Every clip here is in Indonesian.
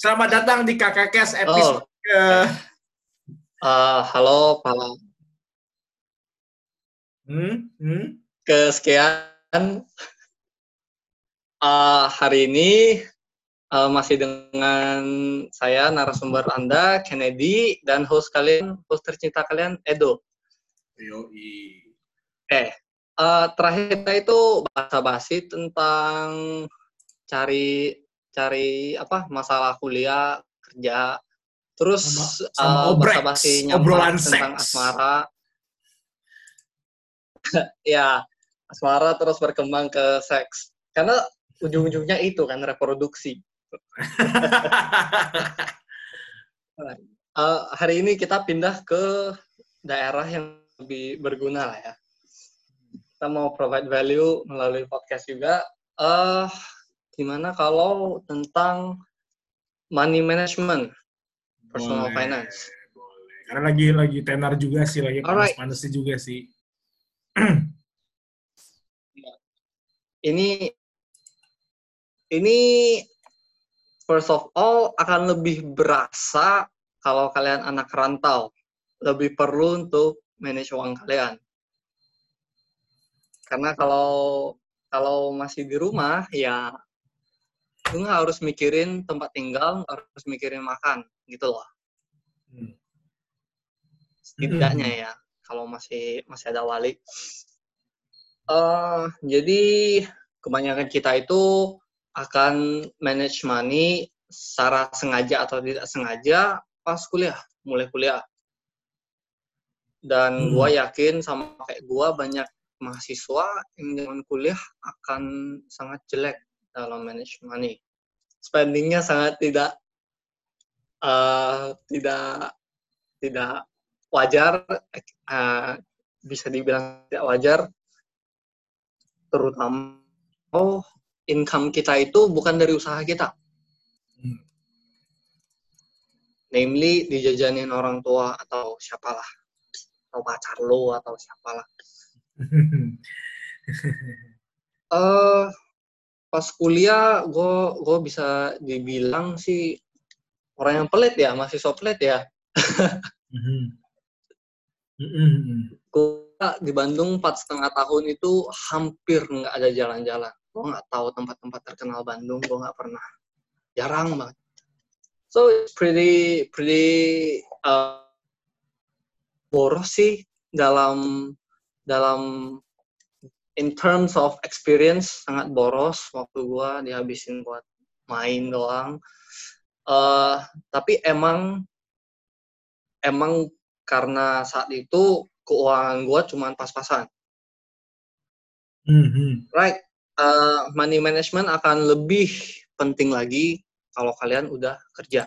Selamat datang di KKKS Oh, episode oke. Halo, Pak. Kesekian. Hari ini masih dengan saya, narasumber Anda, Kennedy, dan host tercinta kalian, Edo. Yoi. Terakhir kita itu basa-basi tentang cari masalah kuliah, kerja, terus sama basa-basi obrolan nyamar tentang seks. asmara. Ya, asmara terus berkembang ke seks. Karena ujung-ujungnya itu kan reproduksi. Hari ini kita pindah ke daerah yang lebih berguna lah ya. Kita mau provide value melalui podcast juga. Gimana kalau tentang money management, personal finance? Boleh. Karena lagi tenar juga sih, lagi Alright. panas-panasnya juga sih. Ini first of all akan lebih berasa kalau kalian anak rantau. Lebih perlu untuk manage uang kalian. Karena kalau masih di rumah, ya lu nggak harus mikirin tempat tinggal, harus mikirin makan, gitu loh. Setidaknya ya, kalau masih ada wali. Jadi kebanyakan kita itu akan manage money secara sengaja atau tidak sengaja pas mulai kuliah. Dan gue yakin sama kayak gue, banyak mahasiswa yang dengan kuliah akan sangat jelek dalam manage money. Spendingnya sangat tidak wajar, bisa dibilang tidak wajar, terutama income kita itu bukan dari usaha kita. Namely, dijajanin orang tua atau siapalah, atau pacar lo atau siapalah. Pas kuliah, gue bisa dibilang sih orang yang pelit ya, mahasiswa pelit ya. Gue di Bandung 4,5 tahun itu hampir nggak ada jalan-jalan. Gue nggak tahu tempat-tempat terkenal Bandung, gue nggak pernah. Jarang banget. So it's pretty boros sih dalam in terms of experience, sangat boros. Waktu gue dihabisin buat main doang. Tapi emang karena saat itu keuangan gue cuma pas-pasan. Right. Money management akan lebih penting lagi kalau kalian udah kerja.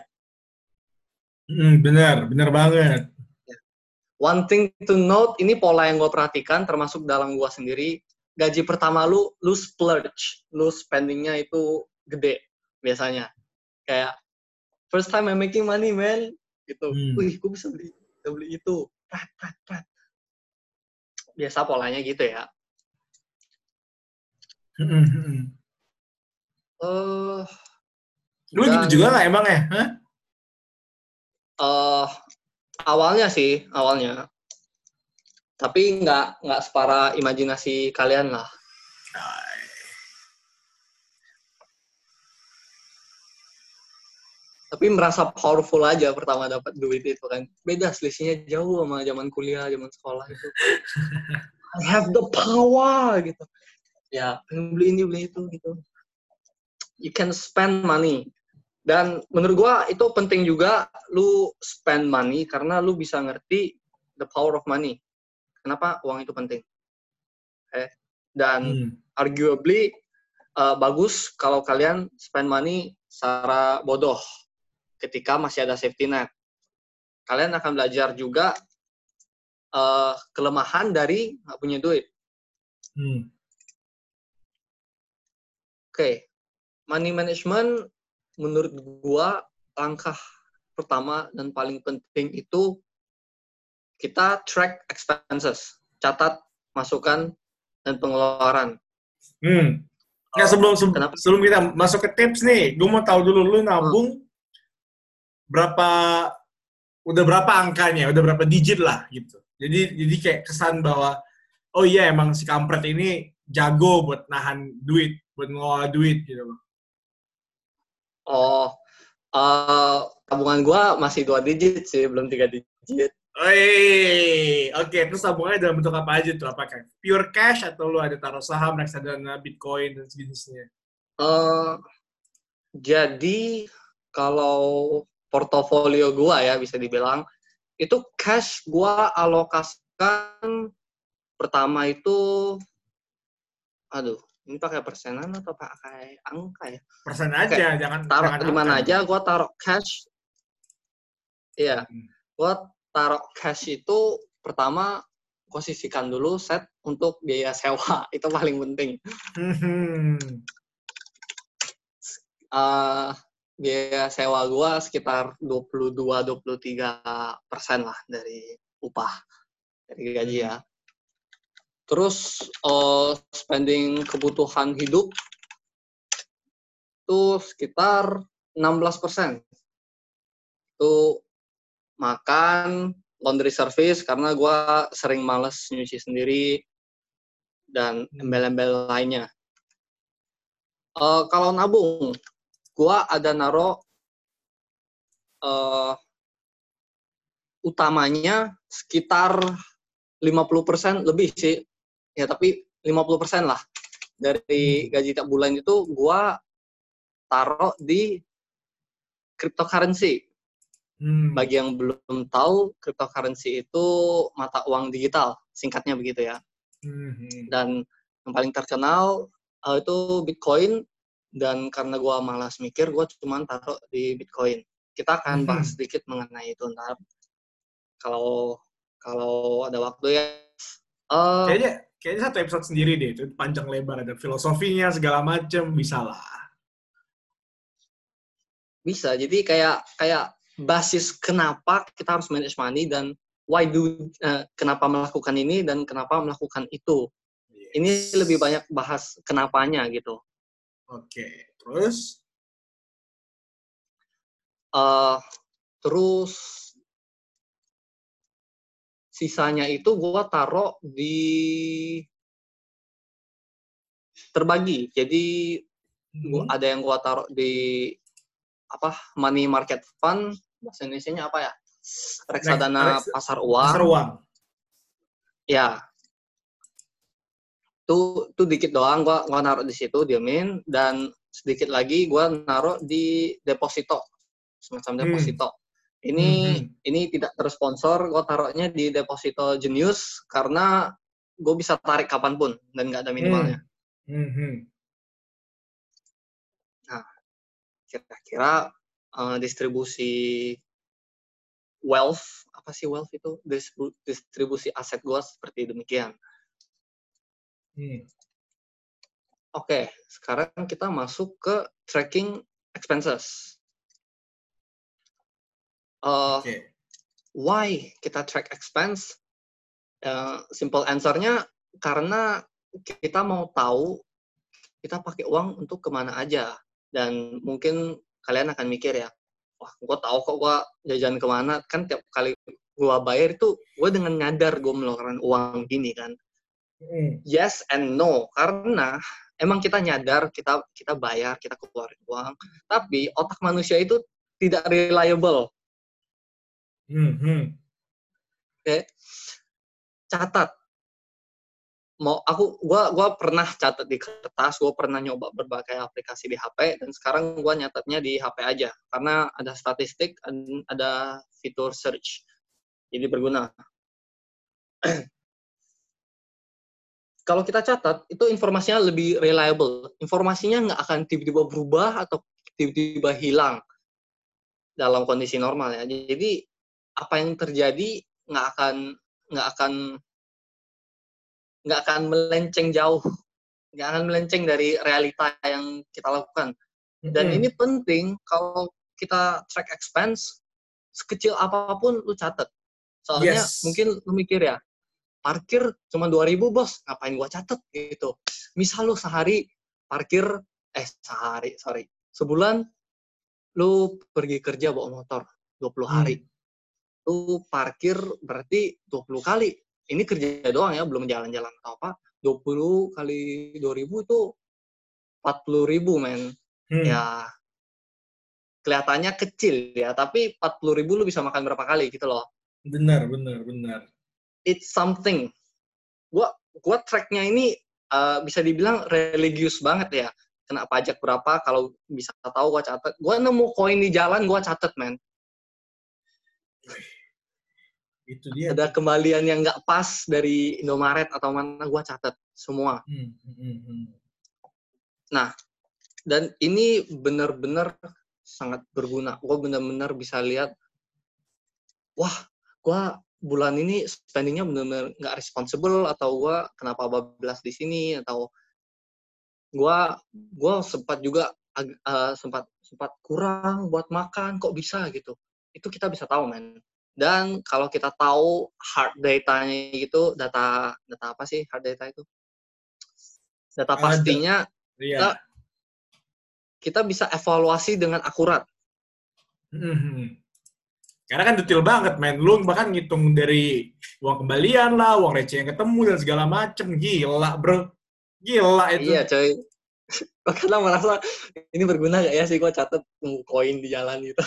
Benar banget. One thing to note, ini pola yang gue perhatikan, termasuk dalam gue sendiri. Gaji pertama lu splurge, lu spendingnya itu gede biasanya. Kayak first time I'm making money, man, gitu. Wih, gue bisa beli itu. Biasa polanya gitu ya. Lu gitu juga nggak emang ya? Awalnya. Tapi nggak separah imajinasi kalian lah. Tapi merasa powerful aja pertama dapat duit itu kan. Beda, selisihnya jauh sama zaman kuliah, zaman sekolah itu. I have the power gitu. Ya, beli ini, beli itu gitu. You can spend money. Dan menurut gua itu penting juga lu spend money karena lu bisa ngerti the power of money. Kenapa uang itu penting. Dan arguably bagus kalau kalian spend money secara bodoh ketika masih ada safety net. Kalian akan belajar juga kelemahan dari nggak punya duit. Oke. Money management menurut gua langkah pertama dan paling penting itu kita track expenses, catat masukan dan pengeluaran. Sebelum kita masuk ke tips nih, gue mau tahu dulu, lu nabung berapa udah berapa angkanya, udah berapa digit lah gitu. Jadi kayak kesan bahwa oh iya emang si kampret ini jago buat nahan duit, buat ngelola duit gitu loh. Oh, tabungan gua masih 2 digit sih, belum 3 digit. Oke, terus tabungannya dalam bentuk apa aja tuh? Apakah pure cash atau lu ada taruh saham, reksadana, Bitcoin dan sejenisnya? Eh, jadi kalau portofolio gua ya bisa dibilang itu cash gua alokasikan pertama itu, aduh, ini pakai persenan atau pakai angka ya? Persen Oke, aja, jangan taruh jangan di angka mana dong. aja gua taruh cash. Iya, Hmm. gua taruh cash itu pertama gua sisihkan dulu set untuk biaya sewa, itu paling penting. Hmm. Eh, biaya sewa gua sekitar 22-23% lah dari upah, dari gaji ya. Terus spending kebutuhan hidup itu sekitar 16%. Itu makan, laundry service karena gue sering males nyuci sendiri, dan embel-embel lainnya. Kalau nabung, gue ada naro utamanya sekitar 50% lebih sih. Ya, tapi 50% lah. Dari gaji tiap bulan itu gue taruh di cryptocurrency. Bagi yang belum tahu, cryptocurrency itu mata uang digital, singkatnya begitu ya. Dan yang paling terkenal itu Bitcoin, dan karena gue malas mikir, gue cuma taruh di Bitcoin. Kita akan bahas sedikit mengenai itu ntar, kalau ada waktu ya. Kayaknya satu episode sendiri deh, itu panjang lebar, ada filosofinya segala macem, bisa lah. Bisa, jadi kayak basis kenapa kita harus manage money dan kenapa melakukan ini dan kenapa melakukan itu. Yes. Ini lebih banyak bahas kenapanya gitu. Oke, terus? Terus sisanya itu gue taruh di terbagi. Jadi ada yang gue taruh di money market fund, bahasa Indonesianya apa ya? Reksadana pasar uang. Pasar uang. Ya. Tuh dikit doang gua naruh di situ, diemin, dan sedikit lagi gua naruh di deposito, semacam deposito. Ini tidak tersponsor, gua taruhnya di deposito Genius karena gue bisa tarik kapanpun dan nggak ada minimalnya. Nah, kira-kira distribusi wealth, apa sih wealth itu? Distribusi aset gue seperti demikian. Oke, sekarang kita masuk ke tracking expenses. Why kita track expense? Simple answer-nya karena kita mau tahu kita pakai uang untuk kemana aja. Dan mungkin kalian akan mikir ya, wah, gue tahu kok gue jajan kemana. Kan tiap kali gue bayar itu, gue dengan nyadar gue mengeluarkan uang gini kan. Yes and no, karena emang kita nyadar, kita bayar, kita keluarin uang. Tapi otak manusia itu tidak reliable. Oke. Catat. Gua pernah catat di kertas, gua pernah nyoba berbagai aplikasi di HP, dan sekarang gua nyatatnya di HP aja karena ada statistik, ada fitur search, jadi berguna. Kalau kita catat, itu informasinya lebih reliable. Informasinya nggak akan tiba-tiba berubah atau tiba-tiba hilang dalam kondisi normal ya. Jadi apa yang terjadi nggak akan melenceng jauh, nggak akan melenceng dari realita yang kita lakukan. Dan ini penting kalau kita track expense, sekecil apapun lu catat. Soalnya mungkin lu mikir ya, parkir cuma 2.000 bos, ngapain gua catat gitu. Misal lu sebulan lu pergi kerja bawa motor 20 hari. Itu parkir berarti 20 kali. Ini kerja doang ya, belum jalan-jalan atau apa. 20 kali 2.000 itu 40.000, men. Ya, kelihatannya kecil ya, tapi 40.000 lu bisa makan berapa kali gitu loh. Benar. It's something. Gua tracknya ini bisa dibilang religius banget ya. Kena pajak berapa, kalau bisa tahu gua catat. Gua nemu koin di jalan, gua catat, men. Itu dia. Ada kembalian yang nggak pas dari Indomaret atau mana, gua catat semua. Nah, dan ini benar-benar sangat berguna. Gua benar-benar bisa lihat, wah, gua bulan ini spendingnya benar-benar nggak responsible, atau gua kenapa bablas di sini, atau gua sempat juga sempat kurang buat makan, kok bisa gitu. Itu kita bisa tahu, men. Dan kalau kita tahu hard data-nya itu, data apa sih hard data itu? Data pastinya, kita bisa evaluasi dengan akurat. Karena kan detail banget, men. Lu bahkan ngitung dari uang kembalian lah, uang receh yang ketemu, dan segala macem. Gila, bro. Gila itu. Iya, coy. Gue kadang merasa, ini berguna gak ya sih gue catet koin di jalan gitu.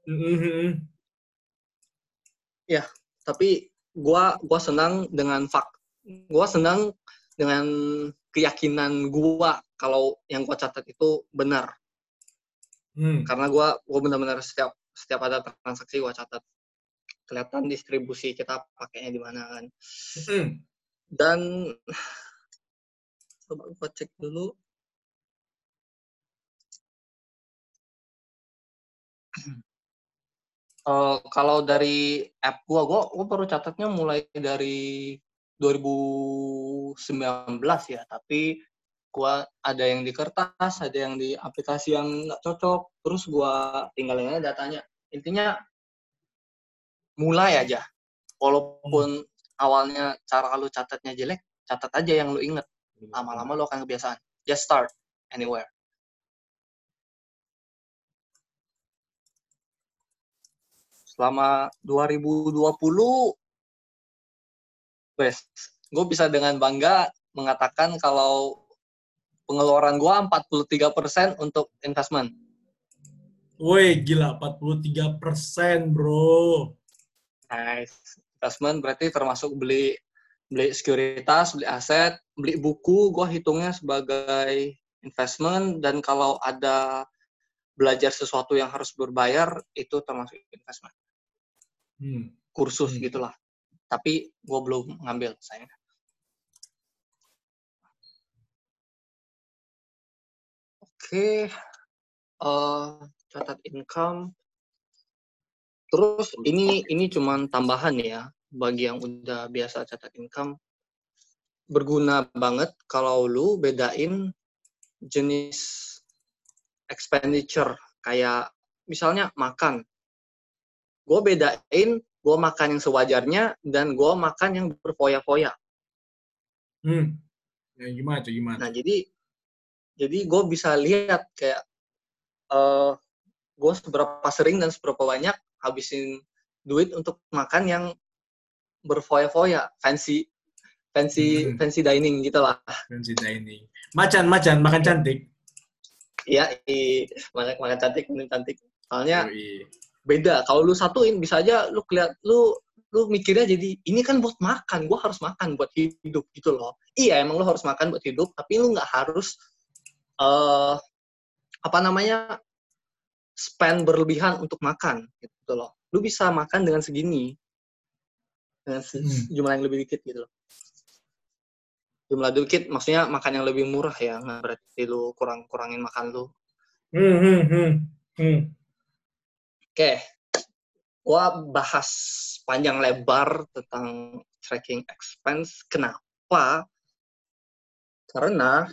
Ya, tapi gue senang dengan gue senang dengan keyakinan gue kalau yang gue catat itu benar. Karena gue benar-benar setiap ada transaksi gue catat. Kelihatan distribusi kita pakainya di mana kan. Dan coba gue cek dulu. Kalau dari app gue baru catatnya mulai dari 2019 ya, tapi gue ada yang di kertas, ada yang di aplikasi yang nggak cocok, terus gue tinggalin aja datanya. Intinya mulai aja, walaupun awalnya cara lu catatnya jelek, catat aja yang lu inget, lama-lama lu akan kebiasaan. Just start anywhere. Selama 2020, gue bisa dengan bangga mengatakan kalau pengeluaran gue 43% untuk investment. Woi, gila, 43%, bro. Nice. Investment berarti termasuk beli sekuritas, beli aset, beli buku, gue hitungnya sebagai investment, dan kalau ada belajar sesuatu yang harus berbayar, itu termasuk investment. Kursus gitulah. Tapi gue belum ngambil, sayang. Oke. Catat income. Terus ini cuman tambahan ya, bagi yang udah biasa catat income. Berguna banget kalau lu bedain jenis expenditure, kayak misalnya makan. Gue bedain, gue makan yang sewajarnya dan gue makan yang berfoya-foya. Ya, gimana tuh? Nah, jadi gue bisa lihat kayak gue seberapa sering dan seberapa banyak habisin duit untuk makan yang berfoya-foya, fancy dining gitu lah. Fancy dining. Macan makan cantik. Iya, makan cantik, minum cantik. Soalnya beda. Kalau lu satuin, bisa aja lu mikirnya jadi, ini kan buat makan, gue harus makan buat hidup gitu loh. Iya, emang lu harus makan buat hidup, tapi lu nggak harus spend berlebihan untuk makan gitu loh. Lu bisa makan dengan segini, dengan jumlah yang lebih dikit gitu loh. Jumlah dikit maksudnya makan yang lebih murah ya, nggak berarti lu kurangin makan lu. Oke. Gua bahas panjang lebar tentang tracking expense. Kenapa? Karena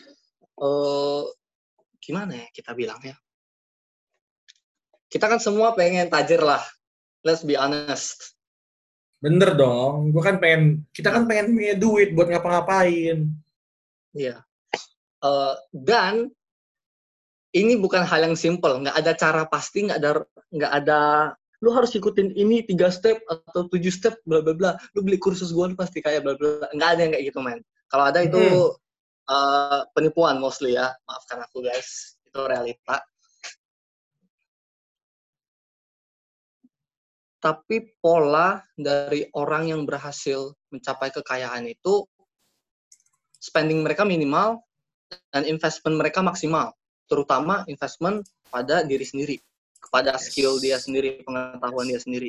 gimana ya kita bilangnya? Kita kan semua pengen tajir lah. Let's be honest. Bener dong. Kita kan pengen punya duit buat ngapa-ngapain. Iya. Dan ini bukan hal yang simple. Nggak ada cara pasti, nggak ada lu harus ikutin ini 3 step atau 7 step bla bla bla, lu beli kursus gue lu pasti kaya bla bla. Nggak ada yang kayak gitu, men. Kalau ada itu penipuan mostly ya, maafkan aku guys, itu realita. Tapi pola dari orang yang berhasil mencapai kekayaan itu spending mereka minimal dan investment mereka maksimal, terutama investment pada diri sendiri, kepada skill dia sendiri, pengetahuan dia sendiri.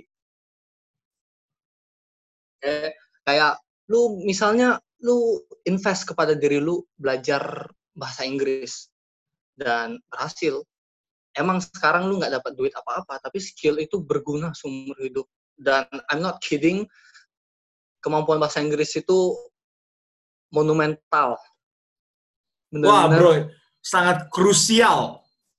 Kayak lu misalnya lu invest kepada diri lu belajar bahasa Inggris dan berhasil, emang sekarang lu nggak dapat duit apa-apa, tapi skill itu berguna seumur hidup. Dan I'm not kidding, kemampuan bahasa Inggris itu monumental. Wah bro, sangat krusial.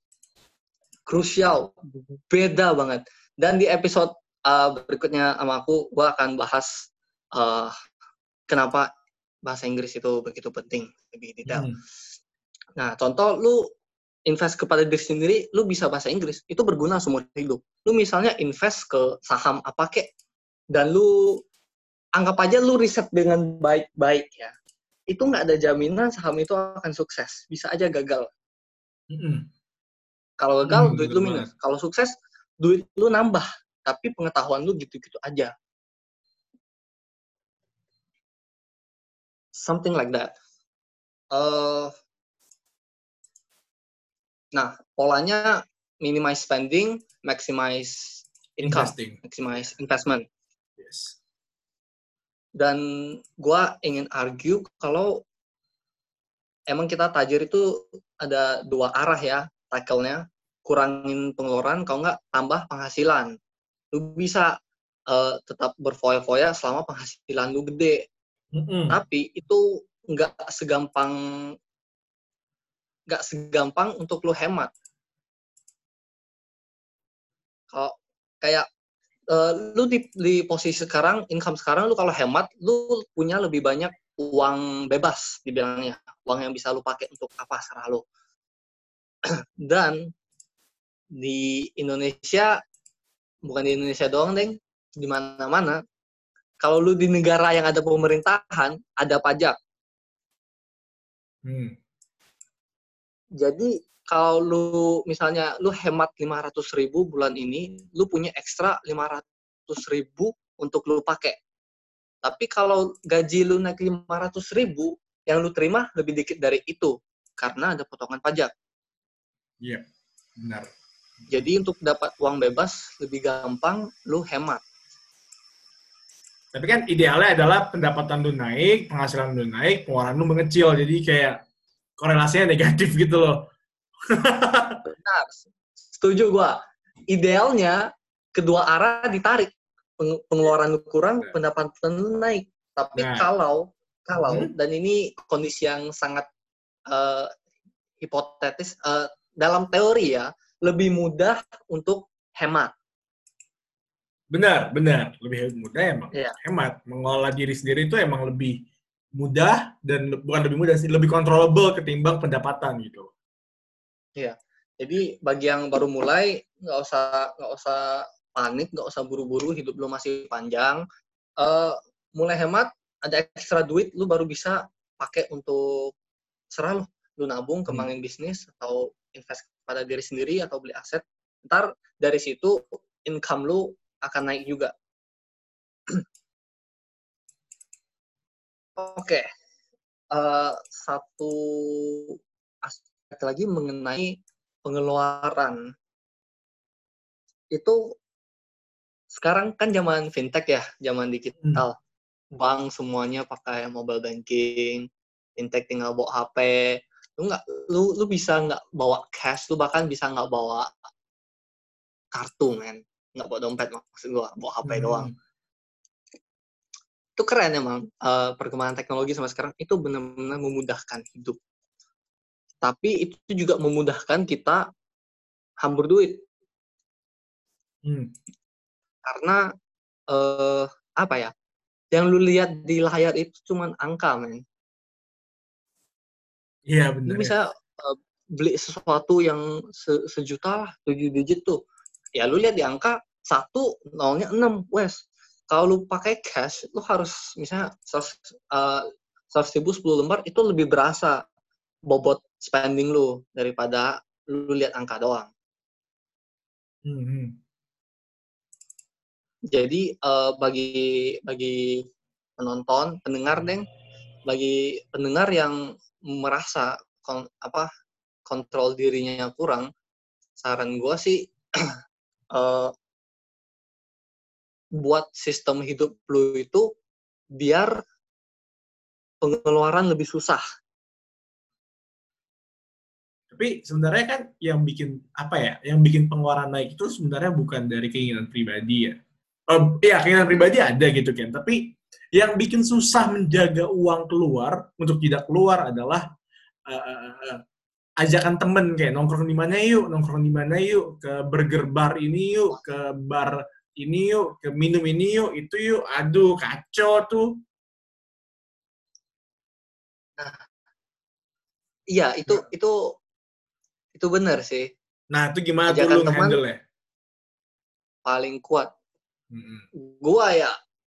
Beda banget. Dan di episode berikutnya sama aku, gue akan bahas kenapa bahasa Inggris itu begitu penting, lebih detail. Nah, contoh lu invest kepada diri sendiri, lu bisa bahasa Inggris, itu berguna seumur hidup. Lu misalnya invest ke saham apa kek, dan lu anggap aja lu riset dengan baik-baik ya. Itu nggak ada jaminan saham itu akan sukses. Bisa aja gagal. Kalau gagal, duit lu minus. Kalau sukses, duit lu nambah. Tapi pengetahuan lu gitu-gitu aja. Something like that. Nah, polanya minimize spending, maximize income, maximize investment. Yes. Dan gue ingin argue kalau emang kita tajir itu ada 2 arah ya, tackle-nya. Kurangin pengeluaran, kalau nggak tambah penghasilan. Lu bisa tetap berfoya-foya selama penghasilan lu gede. Tapi itu nggak segampang untuk lu hemat. Kalau kayak lu di posisi sekarang, income sekarang, lu kalau hemat, lu punya lebih banyak uang bebas, dibilangnya. Uang yang bisa lu pakai untuk apa, serah lu. Dan di Indonesia, bukan di Indonesia doang, Deng, di mana-mana, kalau lu di negara yang ada pemerintahan, ada pajak. Jadi, kalau lu misalnya lu hemat 500.000 bulan ini, lu punya ekstra 500.000 untuk lu pakai. Tapi kalau gaji lu naik 500.000, yang lu terima lebih dikit dari itu, karena ada potongan pajak. Iya, benar. Jadi untuk dapat uang bebas, lebih gampang lu hemat. Tapi kan idealnya adalah pendapatan lu naik, penghasilan lu naik, pengeluaran lu mengecil. Jadi kayak korelasinya negatif gitu loh. Benar. Setuju gua. Idealnya kedua arah ditarik. Pengeluaran lu kurang, pendapatan lu naik. Tapi kalau dan ini kondisi yang sangat hipotetis, dalam teori ya, lebih mudah untuk hemat. Benar. Lebih mudah emang. Hemat. Mengolah diri sendiri itu emang lebih mudah, dan bukan lebih mudah sih, lebih controllable ketimbang pendapatan gitu. Iya. Jadi bagi yang baru mulai, nggak usah panik, nggak usah buru-buru, hidup lu masih panjang. Mulai hemat, ada ekstra duit, lu baru bisa pakai untuk serah lu nabung, kembangin bisnis, atau invest pada diri sendiri, atau beli aset. Ntar dari situ income lu akan naik juga. Oke. Satu aspek lagi mengenai pengeluaran. Itu sekarang kan zaman fintech ya, zaman digital. Bank semuanya pakai mobile banking, fintech tinggal bawa HP. Lu bisa nggak bawa cash, lu bahkan bisa nggak bawa kartu, men. Nggak bawa dompet, maksud gua, bawa HP doang. Itu keren emang, perkembangan teknologi sama sekarang itu benar-benar memudahkan hidup. Tapi itu juga memudahkan kita hambur duit. Karena apa ya? Yang lu lihat di layar itu cuman angka, men. Iya, benar. Lu bisa beli sesuatu yang sejuta lah, 7 digit tuh. Ya lu lihat di angka, 1, nolnya 6, wes. Kalau lu pakai cash, lu harus misalnya 100.000 10 lembar itu lebih berasa bobot spending lu daripada lu lihat angka doang. Jadi bagi penonton, pendengar bagi pendengar yang merasa kontrol dirinya kurang, saran gue sih buat sistem hidup lu itu biar pengeluaran lebih susah. Tapi sebenarnya kan yang bikin yang bikin pengeluaran naik itu sebenarnya bukan dari keinginan pribadi ya. Iya, keinginan pribadi ada gitu kan. Tapi yang bikin susah menjaga uang keluar untuk tidak keluar adalah ajakan temen kayak nongkrong di mana yuk, ke burger bar ini yuk, ke bar ini yuk, ke minum ini yuk, itu yuk. Aduh, kacau tuh. Nah, iya, itu benar sih. Nah, itu gimana ajakan tuh lu teman nge-handle-nya? paling kuat. Gua ya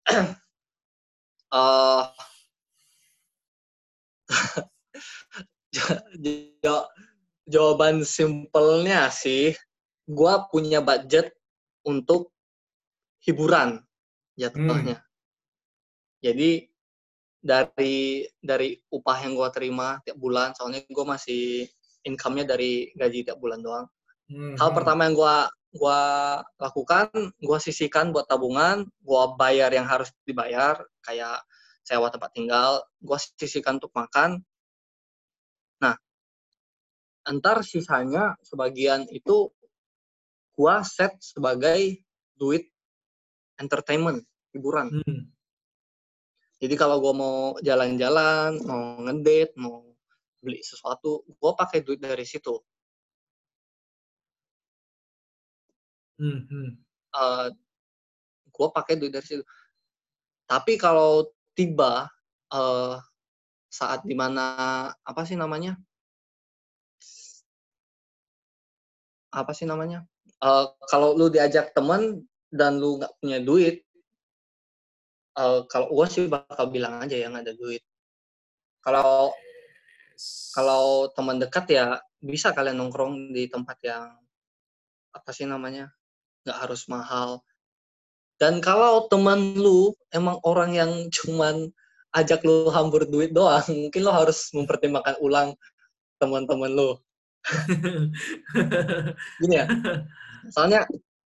jawaban simpelnya sih, gua punya budget untuk hiburan jatuhnya. Jadi dari upah yang gua terima tiap bulan, soalnya gua masih income-nya dari gaji tiap bulan doang. Hal pertama yang gua lakukan, gua sisihkan buat tabungan, gua bayar yang harus dibayar, kayak sewa tempat tinggal, gua sisihkan untuk makan. Nah, entar sisanya sebagian itu gua set sebagai duit entertainment, hiburan. Jadi kalau gua mau jalan-jalan, mau ngedate, mau beli sesuatu, gua pakai duit dari situ. Gue pakai duit dari situ. Tapi kalau tiba saat dimana apa sih namanya? Kalau lu diajak teman dan lu nggak punya duit, kalau gue sih bakal bilang aja yang ada duit. Kalau teman dekat ya bisa kalian nongkrong di tempat yang apa sih namanya? Nggak harus mahal. Dan kalau teman lu emang orang yang cuman ajak lu hambur duit doang, mungkin lu harus mempertimbangkan ulang teman-teman lu. Gini ya, soalnya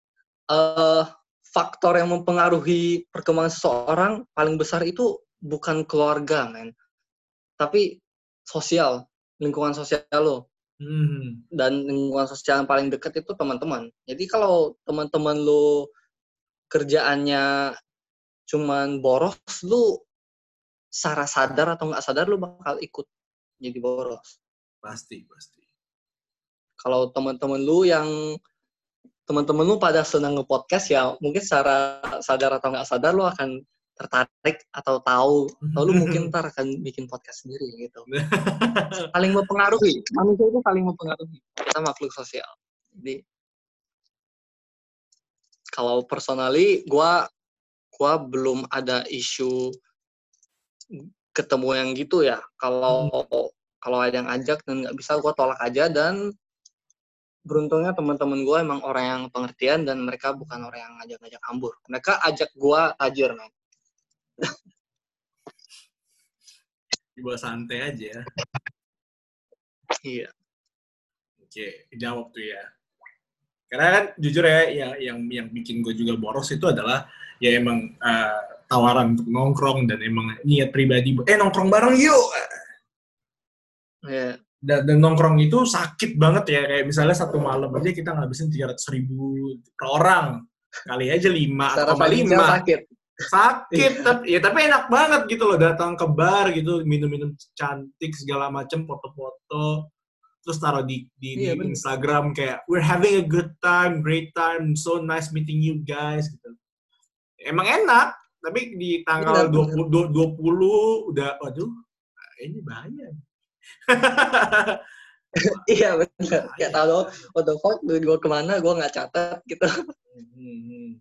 faktor yang mempengaruhi perkembangan seseorang paling besar itu bukan keluarga, men. Tapi sosial, lingkungan sosial lo. Dan lingkungan sosial yang paling dekat itu teman-teman. Jadi kalau teman-teman lo kerjaannya cuman boros, lu secara sadar atau nggak sadar lu bakal ikut jadi boros. Pasti. Kalau teman-teman lu pada senang nge-podcast ya, mungkin secara sadar atau nggak sadar lu akan tertarik atau tahu lu mungkin ntar akan bikin podcast sendiri gitu. Saling mempengaruhi. Manusia itu saling mempengaruhi. Kita makhluk sosial. Jadi kalau personally gua belum ada isu ketemu yang gitu ya. Kalau ada yang ajak dan nggak bisa, gua tolak aja. Dan beruntungnya teman-teman gue emang orang yang pengertian dan mereka bukan orang yang ngajak-ngajak hambur. Mereka ajak gue tajir, man. Dibawa santai aja. Iya. Oke, jawab tuh ya. Karena kan jujur ya, yang bikin gue juga boros itu adalah ya emang tawaran untuk nongkrong dan emang niat pribadi. Nongkrong bareng yuk. Yeah. Dan nongkrong itu sakit banget ya, kayak misalnya satu malam aja kita ngabisin 300.000 per orang, kali aja 5,5 sakit. Tapi enak banget gitu loh, datang ke bar gitu, minum-minum cantik segala macam, foto-foto, terus taruh di Instagram kayak we're having a good time, great time, so nice meeting you guys gitu. Emang enak, tapi di tanggal 20 udah waduh ini bahaya. Iya benar. Kayak tahu what the fuck duit gue kemana, gue nggak catat gitu. Hmm.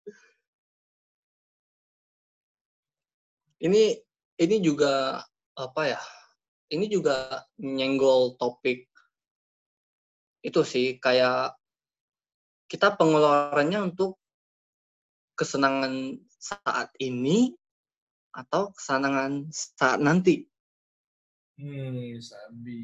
Ini juga apa ya? Ini juga nyenggol topik itu sih, kayak kita pengeluarannya untuk kesenangan saat ini atau kesenangan saat nanti. Sabi.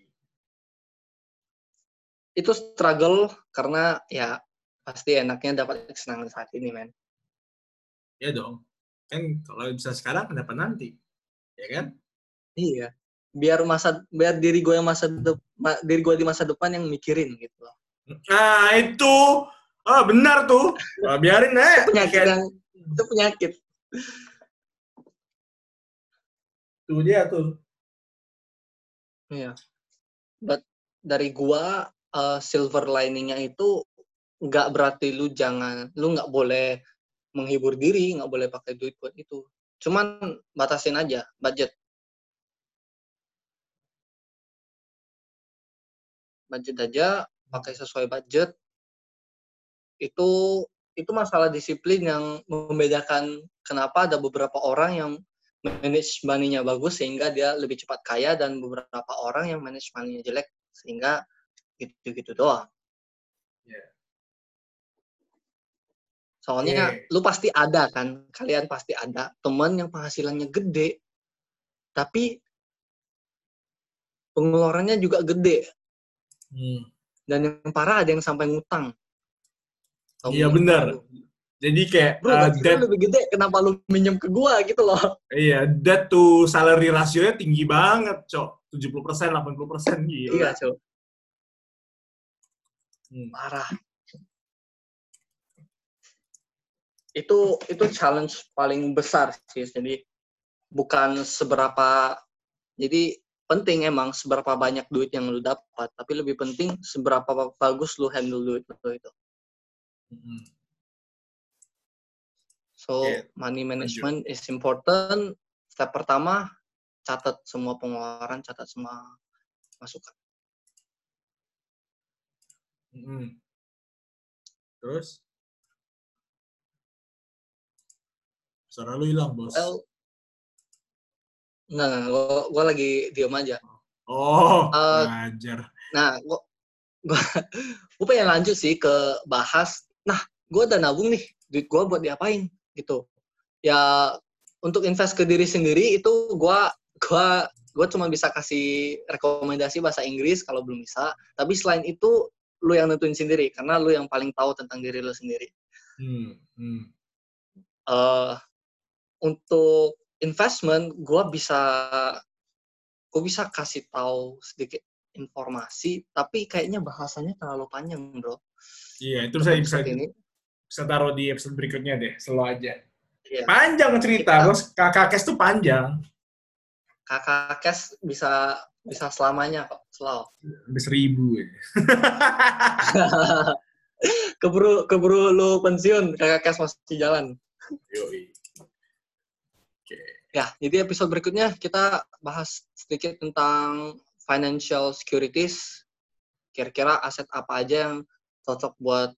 Itu struggle karena ya pasti enaknya dapat kesenangan saat ini, men. Ya dong. Kan kalau bisa sekarang, kenapa nanti? Ya kan? Iya. Biar diri gue di masa depan yang mikirin gitu loh. Nah, itu. Oh, benar tuh. Biarin Itu aja. penyakit itu penyakit. Tuh dia tuh. Iya. But dari gua silver lining-nya itu nggak berarti lu nggak boleh menghibur diri, nggak boleh pakai duit buat itu. Cuman batasin aja budget aja, pakai sesuai budget. Itu masalah disiplin yang membedakan kenapa ada beberapa orang yang manage money-nya bagus sehingga dia lebih cepat kaya, dan beberapa orang yang manage money-nya jelek sehingga gitu-gitu doang. Yeah. Soalnya lu pasti ada kan, kalian pasti ada teman yang penghasilannya gede, tapi pengeluarannya juga gede. Dan yang parah ada yang sampai ngutang. Iya benar. Jadi kayak Bro, gaji lu lebih gede, kenapa lu minjem ke gua gitu loh. Iya, debt to salary ratio-nya tinggi banget, Cok. 70%, 80%, gila. Iya, Cok. Parah. Itu challenge paling besar sih. Jadi bukan seberapa, jadi penting emang seberapa banyak duit yang lu dapat, tapi lebih penting seberapa bagus lu handle duit lu itu. So, money management is important. Step pertama, catat semua pengeluaran, catat semua masukan. Terus? Suara lu hilang, Bos. Enggak, gue lagi diam aja. Oh, ngajar. Nah, gue pengen lanjut sih ke bahas, nah, gue udah nabung nih, duit gue buat diapain, gitu. Ya, untuk invest ke diri sendiri, itu gue cuma bisa kasih rekomendasi bahasa Inggris kalau belum bisa, tapi selain itu, lu yang nentuin sendiri, karena lu yang paling tahu tentang diri lu sendiri. Untuk investment, gue bisa kasih tahu sedikit informasi, tapi kayaknya bahasanya terlalu panjang, bro. Iya, itu bisa taruh di episode berikutnya deh, selalu aja. Iya. Panjang cerita, Bos. Kakak Kes tuh panjang. Kakak Kes bisa selamanya kok, selalu. Udah 1000 ya. keburu lu pensiun, Kakak Kes masih jalan. Yoi. Ya, jadi episode berikutnya kita bahas sedikit tentang financial securities. Kira-kira aset apa aja yang cocok buat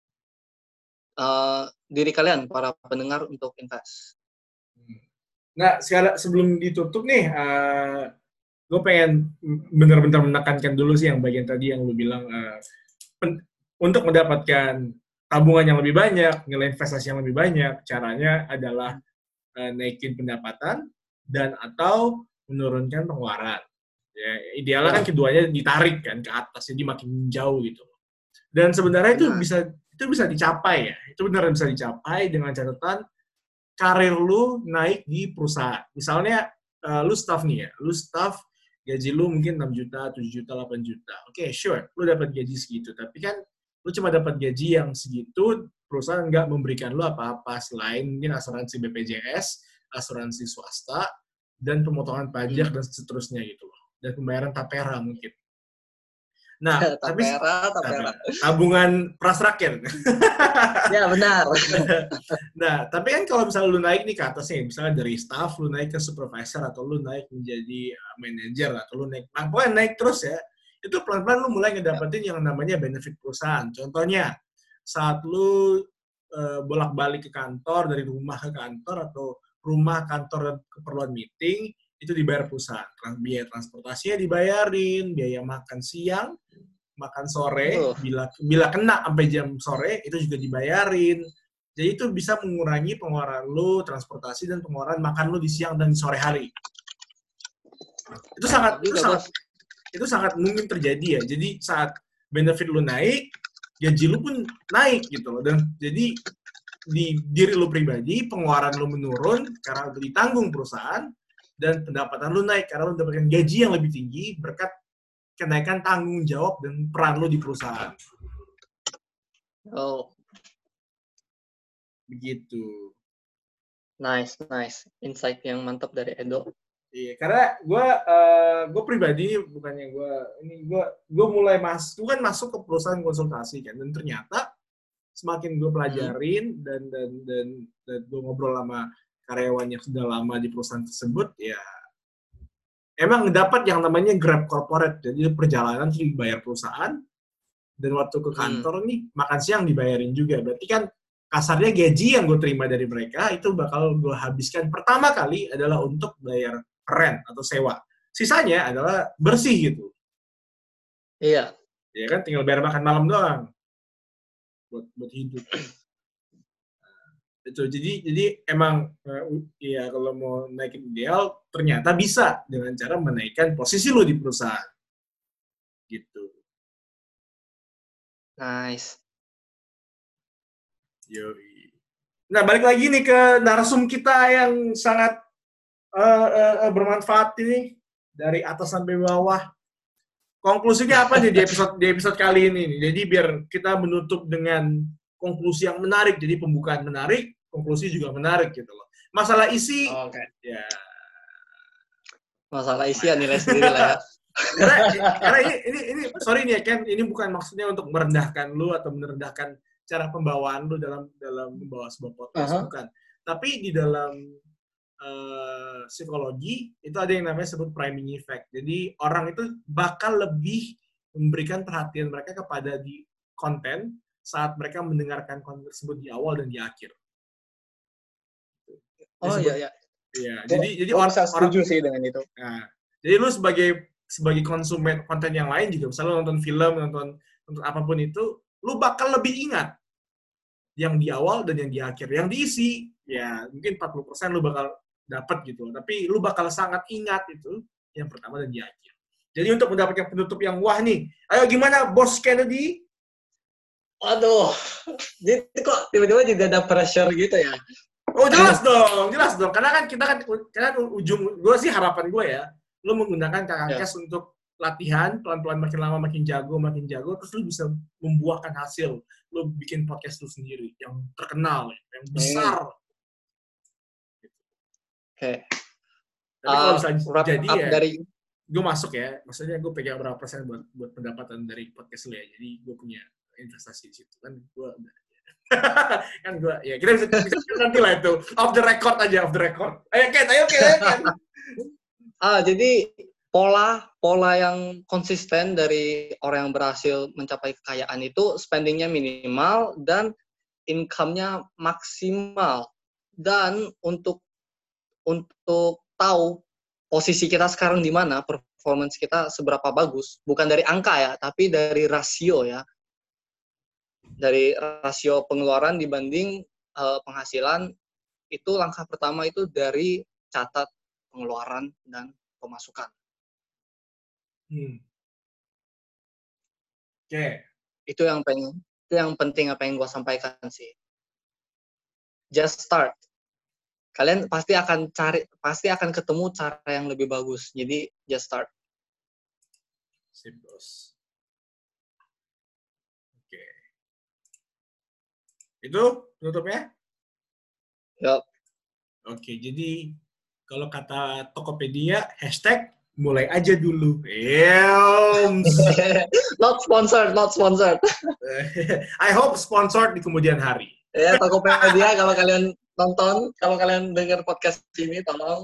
diri kalian, para pendengar, untuk invest. Nah, sebelum ditutup nih, gue pengen benar-benar menekankan dulu sih yang bagian tadi yang lu bilang, untuk mendapatkan tabungan yang lebih banyak, nilai investasi yang lebih banyak, caranya adalah naikin pendapatan dan atau menurunkan pengeluaran. Ya, idealnya kan keduanya ditarik kan ke atas, jadi makin jauh gitu. Dan sebenarnya itu bisa dicapai ya. Itu benar bisa dicapai dengan catatan karir lu naik di perusahaan. Misalnya lu staff nih ya, lu staff gaji lu mungkin 6 juta, 7 juta, 8 juta. Oke, sure, lu dapat gaji segitu. Tapi kan lu cuma dapat gaji yang segitu, perusahaan nggak memberikan lu apa-apa selain mungkin asuransi BPJS, asuransi swasta, dan pemotongan pajak dan seterusnya gitu loh. Dan pembayaran tapera mungkin. Nah, tapera. Tabungan pras rakyat. Ya, benar. Nah, tapi kan kalau misalnya lu naik nih ke atasnya, misalnya dari staff, lu naik ke supervisor, atau lu naik menjadi manajer, atau lu naik, pokoknya naik terus ya, itu pelan-pelan lu mulai ngedapetin yang namanya benefit perusahaan. Contohnya, saat lu bolak-balik ke kantor, dari rumah ke kantor, atau rumah, kantor, dan keperluan meeting, itu dibayar perusahaan. Biaya transportasinya dibayarin, biaya makan siang, makan sore, bila kena sampai jam sore, itu juga dibayarin. Jadi itu bisa mengurangi pengeluaran lu, transportasi, dan pengeluaran makan lu di siang dan di sore hari. Itu sangat mungkin terjadi ya. Jadi saat benefit lu naik, gaji lu pun naik gitu loh. Dan jadi di diri lu pribadi, pengeluaran lu menurun karena udah ditanggung perusahaan, dan pendapatan lu naik karena lu mendapatkan gaji yang lebih tinggi berkat kenaikan tanggung jawab dan peran lu di perusahaan. Oh. Begitu. Nice. Insight yang mantap dari Edo. Iya, karena gue pribadi, bukannya gue mulai masuk ke perusahaan konsultasi kan, dan ternyata semakin gue pelajarin dan gue ngobrol sama karyawan yang sudah lama di perusahaan tersebut, ya emang dapat yang namanya Grab corporate. Jadi perjalanan dibayar perusahaan, dan waktu ke kantor nih makan siang dibayarin juga. Berarti kan kasarnya gaji yang gue terima dari mereka itu bakal gue habiskan pertama kali adalah untuk bayar rent atau sewa. Sisanya adalah bersih gitu. Iya. Ya kan, tinggal bayar makan malam doang. Buat hidup. Itu jadi emang ya kalau mau naikin ideal ternyata bisa dengan cara menaikkan posisi lo di perusahaan. Gitu. Nice. Yoi. Nah, balik lagi nih ke narsum kita yang sangat bermanfaat ini, dari atas sampai bawah. Konklusinya apa nih di episode kali ini? Jadi biar kita menutup dengan konklusi yang menarik. Jadi pembukaan menarik, konklusi juga menarik gitu loh. Masalah isi, ya. Masalah isi ya nilai sendiri lah ya. karena ini sorry nih ya Ken, ini bukan maksudnya untuk merendahkan lu atau merendahkan cara pembawaan lu dalam membawa sebuah podcast, bukan. Tapi di dalam psikologi itu ada yang namanya sebut priming effect. Jadi orang itu bakal lebih memberikan perhatian mereka kepada di konten saat mereka mendengarkan konten tersebut di awal dan di akhir. Iya. Iya, jadi orang setuju sih dengan itu. Nah, jadi lu sebagai konsumen konten yang lain juga, misalnya nonton film, nonton apapun itu, lu bakal lebih ingat yang di awal dan yang di akhir. Yang diisi, ya mungkin 40% lu bakal dapat gitu. Tapi lu bakal sangat ingat itu yang pertama dan di akhir. Jadi untuk mendapatkan penutup yang wah nih, ayo gimana Bos Kennedy? Aduh, jadi kok tiba-tiba juga ada pressure gitu ya? Oh jelas dong. Karena kan ujung gue sih, harapan gue ya, lu menggunakan Kakakcast untuk latihan, pelan-pelan makin lama makin jago, terus lu bisa membuahkan hasil. Lu bikin podcast lu sendiri, yang terkenal, yang besar. Oke. Tapi kalau misalnya jadi ya, gue masuk ya, maksudnya gue pegang berapa persen buat pendapatan dari podcast lu ya, jadi gue punya investasi di situ. Kan gue kan gue, ya kita bisa nanti lah itu, off the record. Ayo Ken. Jadi pola yang konsisten dari orang yang berhasil mencapai kekayaan itu spendingnya minimal dan income-nya maksimal. Dan untuk tahu posisi kita sekarang di mana, performance kita seberapa bagus, bukan dari angka ya, tapi dari rasio ya. Dari rasio pengeluaran dibanding penghasilan, itu langkah pertama itu dari catat pengeluaran dan pemasukan. Oke. Itu yang penting apa yang gue sampaikan sih. Just start. Kalian pasti akan ketemu cara yang lebih bagus. Jadi just start. Sip, bos. Oke. Itu penutupnya? Yup. Oke, jadi kalau kata Tokopedia, hashtag mulai aja dulu. Not sponsored. I hope sponsored di kemudian hari. Ya, Tokopedia kalau kalian nonton, kalau kalian dengar podcast ini, tolong.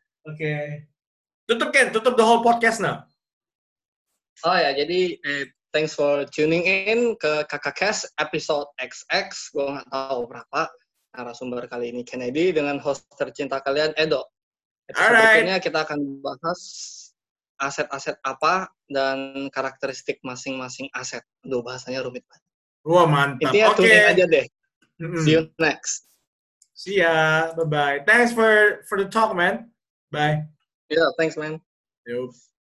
Oke. Tutup the whole podcast now. Oh ya, jadi thanks for tuning in ke Kakak Cash episode XX. Gue nggak tahu berapa. Narasumber kali ini Kennedy dengan host tercinta kalian Edo. Episode berikutnya kita akan bahas aset-aset apa dan karakteristik masing-masing aset. Aduh, bahasanya rumit banget. Wah, mantap. Intinya tuning aja deh. See you next. See ya. Bye-bye. Thanks for the talk, man. Bye. Yeah, thanks, man. Yo.